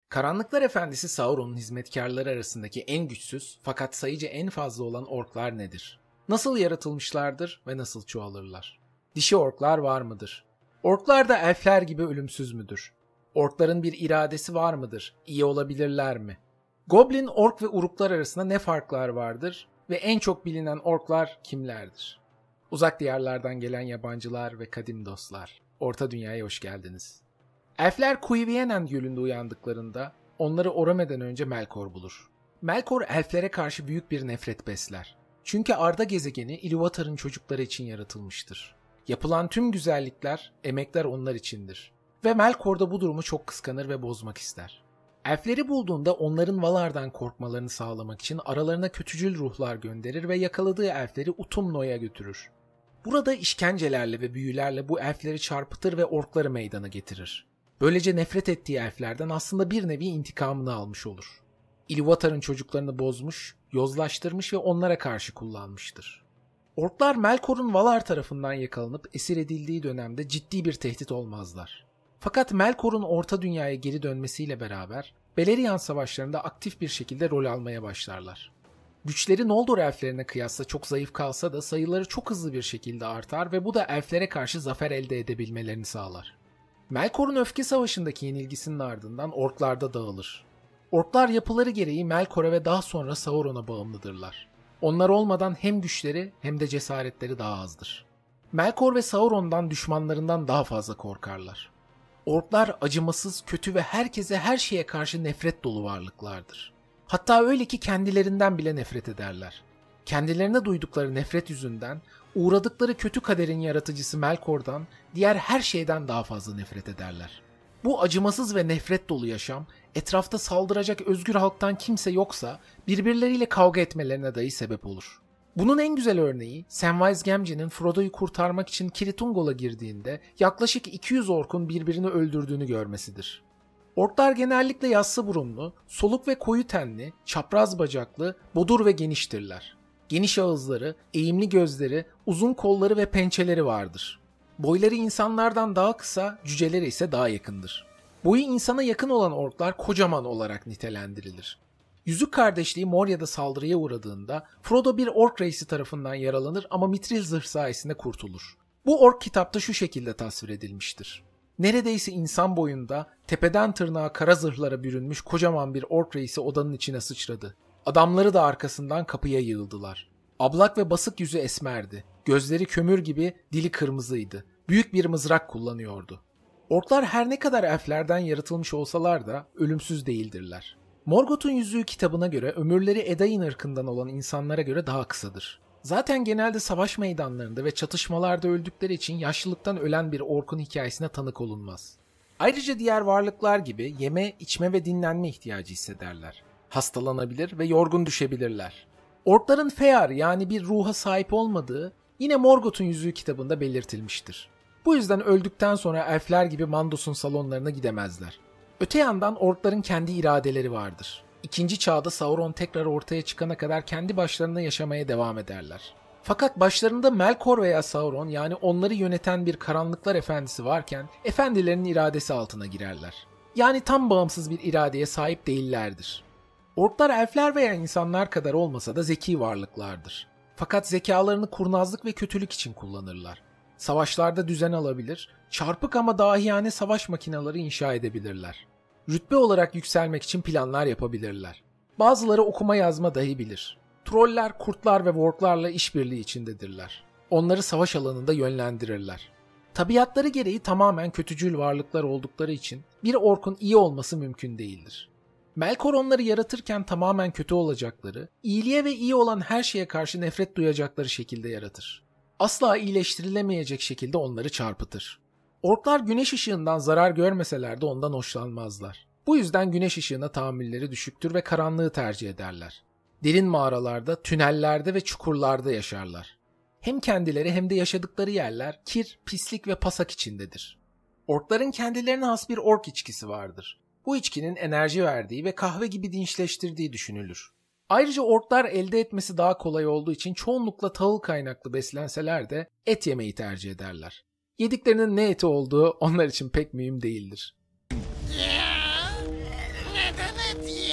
Karanlıklar Efendisi Sauron'un hizmetkarları arasındaki en güçsüz fakat sayıca en fazla olan orklar nedir? Nasıl yaratılmışlardır ve nasıl çoğalırlar? Dişi orklar var mıdır? Orklar da elfler gibi ölümsüz müdür? Orkların bir iradesi var mıdır? İyi olabilirler mi? Goblin, ork ve uruklar arasında ne farklar vardır ve en çok bilinen orklar kimlerdir? Uzak diyarlardan gelen yabancılar ve kadim dostlar, Orta Dünya'ya hoş geldiniz. Elfler Cuiviénen Gölü'nde uyandıklarında onları Orome'den önce Melkor bulur. Melkor elflere karşı büyük bir nefret besler. Çünkü Arda gezegeni Ilúvatar'ın çocukları için yaratılmıştır. Yapılan tüm güzellikler, emekler onlar içindir. Ve Melkor da bu durumu çok kıskanır ve bozmak ister. Elfleri bulduğunda onların Valar'dan korkmalarını sağlamak için aralarına kötücül ruhlar gönderir ve yakaladığı elfleri Utumno'ya götürür. Burada işkencelerle ve büyülerle bu elfleri çarpıtır ve orkları meydana getirir. Böylece nefret ettiği elflerden aslında bir nevi intikamını almış olur. Ilúvatar'ın çocuklarını bozmuş, yozlaştırmış ve onlara karşı kullanmıştır. Orklar Melkor'un Valar tarafından yakalanıp esir edildiği dönemde ciddi bir tehdit olmazlar. Fakat Melkor'un Orta Dünya'ya geri dönmesiyle beraber Beleriand savaşlarında aktif bir şekilde rol almaya başlarlar. Güçleri Noldor elflerine kıyasla çok zayıf kalsa da sayıları çok hızlı bir şekilde artar ve bu da elflere karşı zafer elde edebilmelerini sağlar. Melkor'un öfke savaşındaki yenilgisinin ardından orklar da dağılır. Orklar yapıları gereği Melkor'a ve daha sonra Sauron'a bağımlıdırlar. Onlar olmadan hem güçleri hem de cesaretleri daha azdır. Melkor ve Sauron'dan düşmanlarından daha fazla korkarlar. Orklar acımasız, kötü ve herkese her şeye karşı nefret dolu varlıklardır. Hatta öyle ki kendilerinden bile nefret ederler. Kendilerine duydukları nefret yüzünden uğradıkları kötü kaderin yaratıcısı Melkor'dan diğer her şeyden daha fazla nefret ederler. Bu acımasız ve nefret dolu yaşam etrafta saldıracak özgür halktan kimse yoksa birbirleriyle kavga etmelerine dahi sebep olur. Bunun en güzel örneği Samwise Gamgee'nin Frodo'yu kurtarmak için Kirith Ungol'a girdiğinde yaklaşık 200 orkun birbirini öldürdüğünü görmesidir. Orklar genellikle yassı burunlu, soluk ve koyu tenli, çapraz bacaklı, bodur ve geniştirler. Geniş ağızları, eğimli gözleri, uzun kolları ve pençeleri vardır. Boyları insanlardan daha kısa, cüceleri ise daha yakındır. Boyu insana yakın olan orklar kocaman olarak nitelendirilir. Yüzük kardeşliği Moria'da saldırıya uğradığında Frodo bir ork reisi tarafından yaralanır ama mitril zırh sayesinde kurtulur. Bu ork kitapta şu şekilde tasvir edilmiştir. Neredeyse insan boyunda, tepeden tırnağa kara zırhlara bürünmüş kocaman bir ork reisi odanın içine sıçradı. Adamları da arkasından kapıya yığıldılar. Ablak ve basık yüzü esmerdi. Gözleri kömür gibi, dili kırmızıydı. Büyük bir mızrak kullanıyordu. Orklar her ne kadar elflerden yaratılmış olsalar da ölümsüz değildirler. Morgoth'un Yüzüğü kitabına göre ömürleri Edain ırkından olan insanlara göre daha kısadır. Zaten genelde savaş meydanlarında ve çatışmalarda öldükleri için yaşlılıktan ölen bir orkun hikayesine tanık olunmaz. Ayrıca diğer varlıklar gibi yeme, içme ve dinlenme ihtiyacı hissederler. Hastalanabilir ve yorgun düşebilirler. Orkların fear yani bir ruha sahip olmadığı yine Morgoth'un Yüzüğü kitabında belirtilmiştir. Bu yüzden öldükten sonra elfler gibi Mandos'un salonlarına gidemezler. Öte yandan orkların kendi iradeleri vardır. İkinci çağda Sauron tekrar ortaya çıkana kadar kendi başlarına yaşamaya devam ederler. Fakat başlarında Melkor veya Sauron yani onları yöneten bir karanlıklar efendisi varken efendilerinin iradesi altına girerler. Yani tam bağımsız bir iradeye sahip değillerdir. Orklar elfler veya insanlar kadar olmasa da zeki varlıklardır. Fakat zekalarını kurnazlık ve kötülük için kullanırlar. Savaşlarda düzen alabilir, çarpık ama dahiyane savaş makineleri inşa edebilirler. Rütbe olarak yükselmek için planlar yapabilirler. Bazıları okuma yazma dahi bilir. Troller, kurtlar ve worklarla işbirliği içindedirler. Onları savaş alanında yönlendirirler. Tabiatları gereği tamamen kötücül varlıklar oldukları için bir orkun iyi olması mümkün değildir. Melkor onları yaratırken tamamen kötü olacakları, iyiliğe ve iyi olan her şeye karşı nefret duyacakları şekilde yaratır. Asla iyileştirilemeyecek şekilde onları çarpıtır. Orklar güneş ışığından zarar görmeseler de ondan hoşlanmazlar. Bu yüzden güneş ışığına tahammülleri düşüktür ve karanlığı tercih ederler. Derin mağaralarda, tünellerde ve çukurlarda yaşarlar. Hem kendileri hem de yaşadıkları yerler kir, pislik ve pasak içindedir. Orkların kendilerine has bir ork içkisi vardır. Bu içkinin enerji verdiği ve kahve gibi dinçleştirdiği düşünülür. Ayrıca orklar elde etmesi daha kolay olduğu için çoğunlukla tahıl kaynaklı beslenseler de et yemeyi tercih ederler. Yediklerinin ne eti olduğu onlar için pek mühim değildir.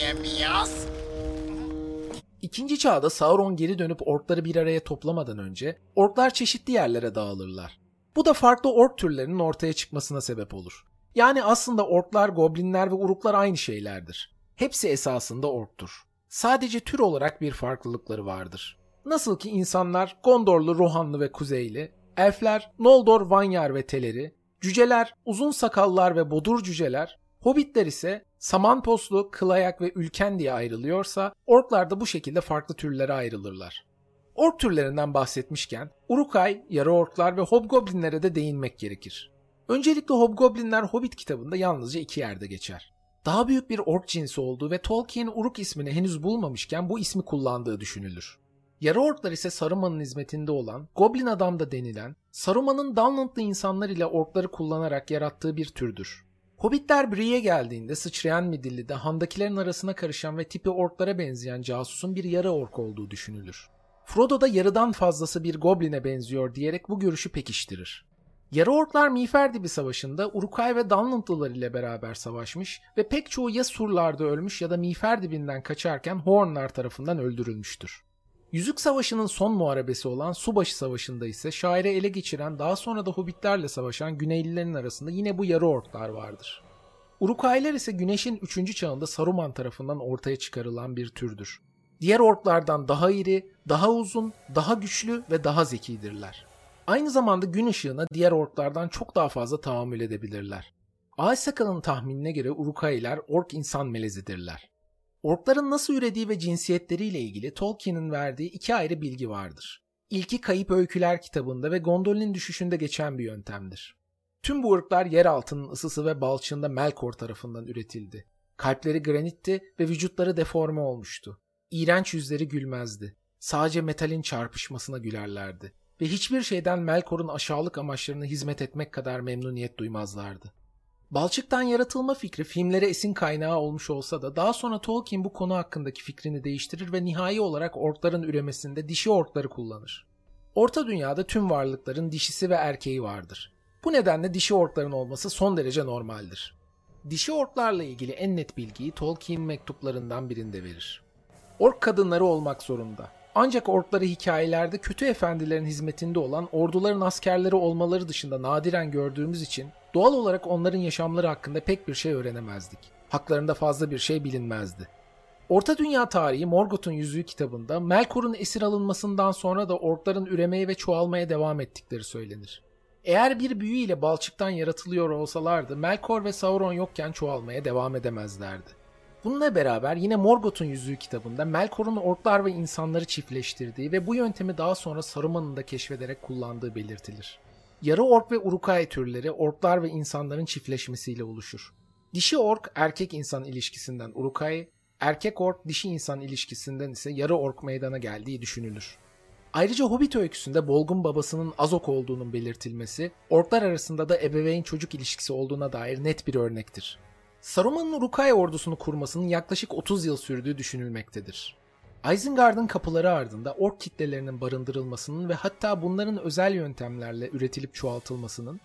oynayamıyoruz? İkinci çağda Sauron geri dönüp orkları bir araya toplamadan önce orklar çeşitli yerlere dağılırlar. Bu da farklı ork türlerinin ortaya çıkmasına sebep olur. Yani aslında orklar, goblinler ve uruklar aynı şeylerdir. Hepsi esasında orktur. Sadece tür olarak bir farklılıkları vardır. Nasıl ki insanlar Gondorlu, Rohanlı ve Kuzeyli, elfler Noldor, Vanyar ve Teleri, cüceler uzun sakallar ve bodur cüceler, hobbitler ise samanposlu, kılayak ve ülken diye ayrılıyorsa, orklar da bu şekilde farklı türlere ayrılırlar. Ork türlerinden bahsetmişken, Uruk-hai, yarı orklar ve hobgoblinlere de değinmek gerekir. Öncelikle hobgoblinler Hobbit kitabında yalnızca 2 yerde geçer. Daha büyük bir ork cinsi olduğu ve Tolkien Uruk ismini henüz bulmamışken bu ismi kullandığı düşünülür. Yarı orklar ise Saruman'ın hizmetinde olan, Goblin Adam da denilen, Saruman'ın Dunlandlı insanlar ile orkları kullanarak yarattığı bir türdür. Hobbitler Brie'ye geldiğinde sıçrayan midilli de handakilerin arasına karışan ve tipi orklara benzeyen casusun bir yarı ork olduğu düşünülür. Frodo da yarıdan fazlası bir gobline benziyor diyerek bu görüşü pekiştirir. Yarı orklar Miğfer Savaşı'nda Uruk-hai ve Dunlandlılar ile beraber savaşmış ve pek çoğu ya surlarda ölmüş ya da Miğfer dibinden kaçarken Huornlar tarafından öldürülmüştür. Yüzük Savaşı'nın son muharebesi olan Subaşı Savaşı'nda ise şairi ele geçiren daha sonra da Hobbitlerle savaşan Güneylilerin arasında yine bu yarı orklar vardır. Uruk-hai'ler ise Güneş'in 3. çağında Saruman tarafından ortaya çıkarılan bir türdür. Diğer orklardan daha iri, daha uzun, daha güçlü ve daha zekidirler. Aynı zamanda gün ışığına diğer orklardan çok daha fazla tahammül edebilirler. Ağaçsakal'ın tahminine göre Uruk-hai'ler ork insan melezidirler. Orkların nasıl ürediği ve cinsiyetleriyle ilgili Tolkien'in verdiği 2 ayrı bilgi vardır. İlki Kayıp Öyküler kitabında ve Gondolin'in düşüşünde geçen bir yöntemdir. Tüm bu ırklar yer altının ısısı ve balçığında Melkor tarafından üretildi. Kalpleri granitti ve vücutları deforme olmuştu. İğrenç yüzleri gülmezdi. Sadece metalin çarpışmasına gülerlerdi. Ve hiçbir şeyden Melkor'un aşağılık amaçlarına hizmet etmek kadar memnuniyet duymazlardı. Balçıktan yaratılma fikri filmlere esin kaynağı olmuş olsa da daha sonra Tolkien bu konu hakkındaki fikrini değiştirir ve nihai olarak orkların üremesinde dişi orkları kullanır. Orta Dünya'da tüm varlıkların dişisi ve erkeği vardır. Bu nedenle dişi orkların olması son derece normaldir. Dişi orklarla ilgili en net bilgiyi Tolkien mektuplarından birinde verir. Ork kadınları olmak zorunda. Ancak orkları hikayelerde kötü efendilerin hizmetinde olan orduların askerleri olmaları dışında nadiren gördüğümüz için doğal olarak onların yaşamları hakkında pek bir şey öğrenemezdik. Haklarında fazla bir şey bilinmezdi. Orta Dünya Tarihi Morgoth'un Yüzüğü kitabında Melkor'un esir alınmasından sonra da orkların üremeye ve çoğalmaya devam ettikleri söylenir. Eğer bir büyü ile balçıktan yaratılıyor olsalardı Melkor ve Sauron yokken çoğalmaya devam edemezlerdi. Bununla beraber yine Morgoth'un Yüzüğü kitabında Melkor'un orklar ve insanları çiftleştirdiği ve bu yöntemi daha sonra Saruman'ın da keşfederek kullandığı belirtilir. Yarı ork ve Uruk-hai türleri orklar ve insanların çiftleşmesiyle oluşur. Dişi ork erkek insan ilişkisinden Uruk-hai, erkek ork dişi insan ilişkisinden ise yarı ork meydana geldiği düşünülür. Ayrıca Hobbit öyküsünde Bolg'un babasının Azok olduğunun belirtilmesi, orklar arasında da ebeveyn-çocuk ilişkisi olduğuna dair net bir örnektir. Saruman'ın Uruk-hai ordusunu kurmasının yaklaşık 30 yıl sürdüğü düşünülmektedir. Isengard'ın kapıları ardında ork kitlelerinin barındırılmasının ve hatta bunların özel yöntemlerle üretilip çoğaltılmasının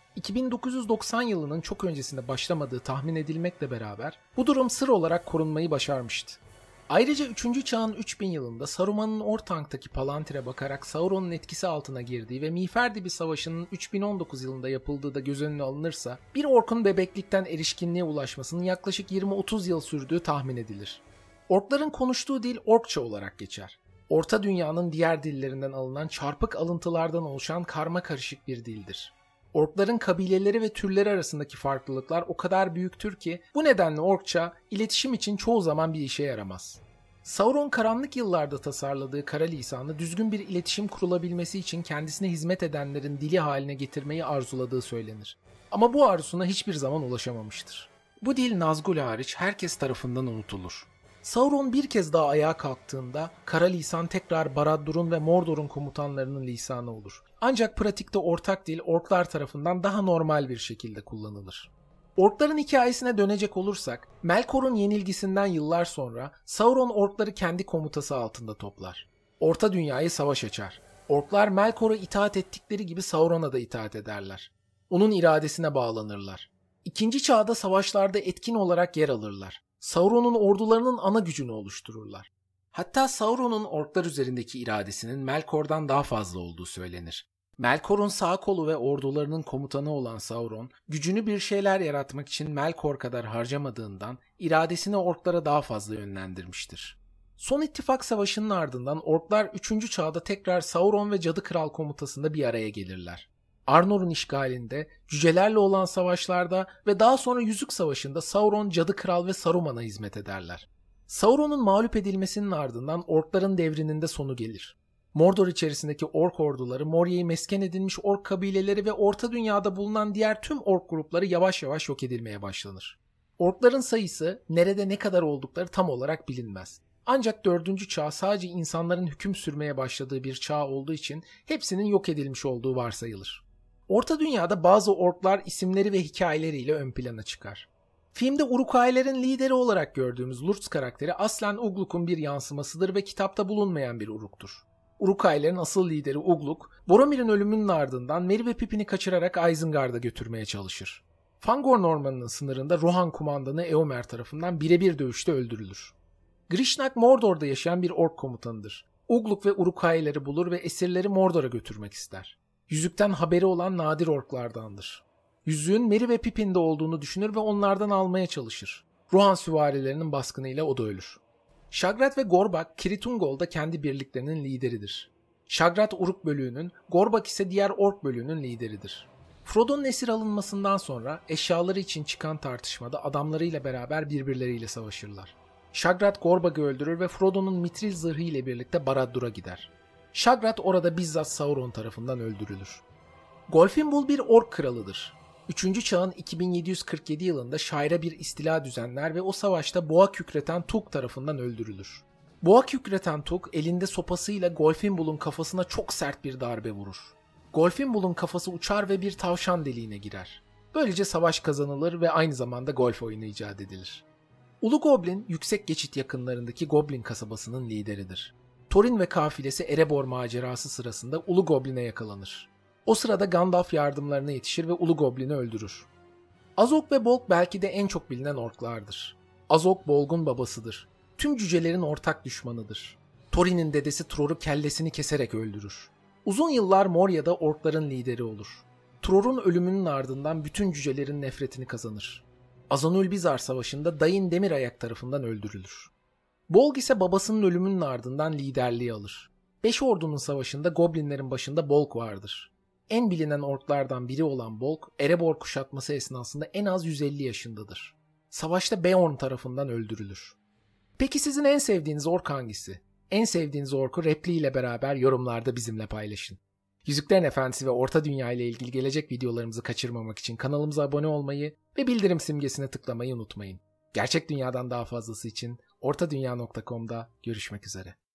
2990 yılının çok öncesinde başlamadığı tahmin edilmekle beraber bu durum sır olarak korunmayı başarmıştı. Ayrıca 3. çağın 3000 yılında Saruman'ın Orthank'taki Palantir'e bakarak Sauron'un etkisi altına girdiği ve Miğfer Savaşı'nın 3019 yılında yapıldığı da göz önüne alınırsa bir orkun bebeklikten erişkinliğe ulaşmasının yaklaşık 20-30 yıl sürdüğü tahmin edilir. Orkların konuştuğu dil Orkça olarak geçer. Orta Dünya'nın diğer dillerinden alınan çarpık alıntılardan oluşan karma karışık bir dildir. Orkların kabileleri ve türleri arasındaki farklılıklar o kadar büyüktür ki bu nedenle Orkça iletişim için çoğu zaman bir işe yaramaz. Sauron karanlık yıllarda tasarladığı kara lisanı düzgün bir iletişim kurulabilmesi için kendisine hizmet edenlerin dili haline getirmeyi arzuladığı söylenir. Ama bu arzusuna hiçbir zaman ulaşamamıştır. Bu dil Nazgûl hariç herkes tarafından unutulur. Sauron bir kez daha ayağa kalktığında kara lisan tekrar Barad-dûr'un ve Mordor'un komutanlarının lisanı olur. Ancak pratikte ortak dil orklar tarafından daha normal bir şekilde kullanılır. Orkların hikayesine dönecek olursak, Melkor'un yenilgisinden yıllar sonra Sauron orkları kendi komutası altında toplar. Orta Dünya'yı savaş açar. Orklar Melkor'a itaat ettikleri gibi Sauron'a da itaat ederler. Onun iradesine bağlanırlar. İkinci çağda savaşlarda etkin olarak yer alırlar. Sauron'un ordularının ana gücünü oluştururlar. Hatta Sauron'un orklar üzerindeki iradesinin Melkor'dan daha fazla olduğu söylenir. Melkor'un sağ kolu ve ordularının komutanı olan Sauron, gücünü bir şeyler yaratmak için Melkor kadar harcamadığından iradesini orklara daha fazla yönlendirmiştir. Son İttifak Savaşı'nın ardından orklar 3. çağda tekrar Sauron ve Cadı Kral komutasında bir araya gelirler. Arnor'un işgalinde, cücelerle olan savaşlarda ve daha sonra Yüzük Savaşı'nda Sauron, Cadı Kral ve Saruman'a hizmet ederler. Sauron'un mağlup edilmesinin ardından orkların devrinin de sonu gelir. Mordor içerisindeki ork orduları, Moria'yı mesken edilmiş ork kabileleri ve Orta Dünya'da bulunan diğer tüm ork grupları yavaş yavaş yok edilmeye başlanır. Orkların sayısı, nerede ne kadar oldukları tam olarak bilinmez. Ancak 4. çağ sadece insanların hüküm sürmeye başladığı bir çağ olduğu için hepsinin yok edilmiş olduğu varsayılır. Orta Dünya'da bazı orklar isimleri ve hikayeleriyle ön plana çıkar. Filmde Uruk-hai'lerin lideri olarak gördüğümüz Lurtz karakteri aslen Ugluk'un bir yansımasıdır ve kitapta bulunmayan bir Uruk'tur. Uruk-hai'lerin asıl lideri Ugluk, Boromir'in ölümünün ardından Merry ve Pippin'i kaçırarak Isengard'a götürmeye çalışır. Fangorn Ormanı'nın sınırında Rohan kumandanı Eomer tarafından birebir dövüşte öldürülür. Grishnak Mordor'da yaşayan bir ork komutanıdır. Ugluk ve Uruk-hai'leri bulur ve esirleri Mordor'a götürmek ister. Yüzükten haberi olan nadir orklardandır. Yüzüğün Merry ve Pippin'de olduğunu düşünür ve onlardan almaya çalışır. Rohan süvarilerinin baskınıyla o da ölür. Shagrat ve Gorbak, Kirit Ungol'da kendi birliklerinin lideridir. Shagrat Uruk bölüğünün, Gorbak ise diğer ork bölüğünün lideridir. Frodo'nun esir alınmasından sonra eşyaları için çıkan tartışmada adamlarıyla beraber birbirleriyle savaşırlar. Shagrat Gorbak'ı öldürür ve Frodo'nun mitril zırhı ile birlikte Barad-dûr'a gider. Shagrat orada bizzat Sauron tarafından öldürülür. Golfinbul bir ork kralıdır. 3. çağın 2747 yılında Shire'a bir istila düzenler ve o savaşta boğa kükreten Tugh tarafından öldürülür. Boğa kükreten Tugh elinde sopasıyla Golfinbul'un kafasına çok sert bir darbe vurur. Golfinbul'un kafası uçar ve bir tavşan deliğine girer. Böylece savaş kazanılır ve aynı zamanda golf oyunu icat edilir. Ulu Goblin, yüksek geçit yakınlarındaki Goblin kasabasının lideridir. Thorin ve kafilesi Erebor macerası sırasında Ulu Goblin'e yakalanır. O sırada Gandalf yardımlarına yetişir ve Ulu Goblin'i öldürür. Azog ve Bolg belki de en çok bilinen orklardır. Azog Bolg'un babasıdır. Tüm cücelerin ortak düşmanıdır. Thorin'in dedesi Tror'u kellesini keserek öldürür. Uzun yıllar Moria'da orkların lideri olur. Tror'un ölümünün ardından bütün cücelerin nefretini kazanır. Azanulbizar Savaşı'nda Dain Demirayak tarafından öldürülür. Bolg ise babasının ölümünün ardından liderliği alır. Beş ordunun savaşında Goblinlerin başında Bolg vardır. En bilinen orklardan biri olan Bolg, Erebor kuşatması esnasında en az 150 yaşındadır. Savaşta Beorn tarafından öldürülür. Peki sizin en sevdiğiniz ork hangisi? En sevdiğiniz orku repliğiyle beraber yorumlarda bizimle paylaşın. Yüzüklerin Efendisi ve Orta Dünya ile ilgili gelecek videolarımızı kaçırmamak için kanalımıza abone olmayı ve bildirim simgesine tıklamayı unutmayın. Gerçek dünyadan daha fazlası için ortadunya.com'da görüşmek üzere.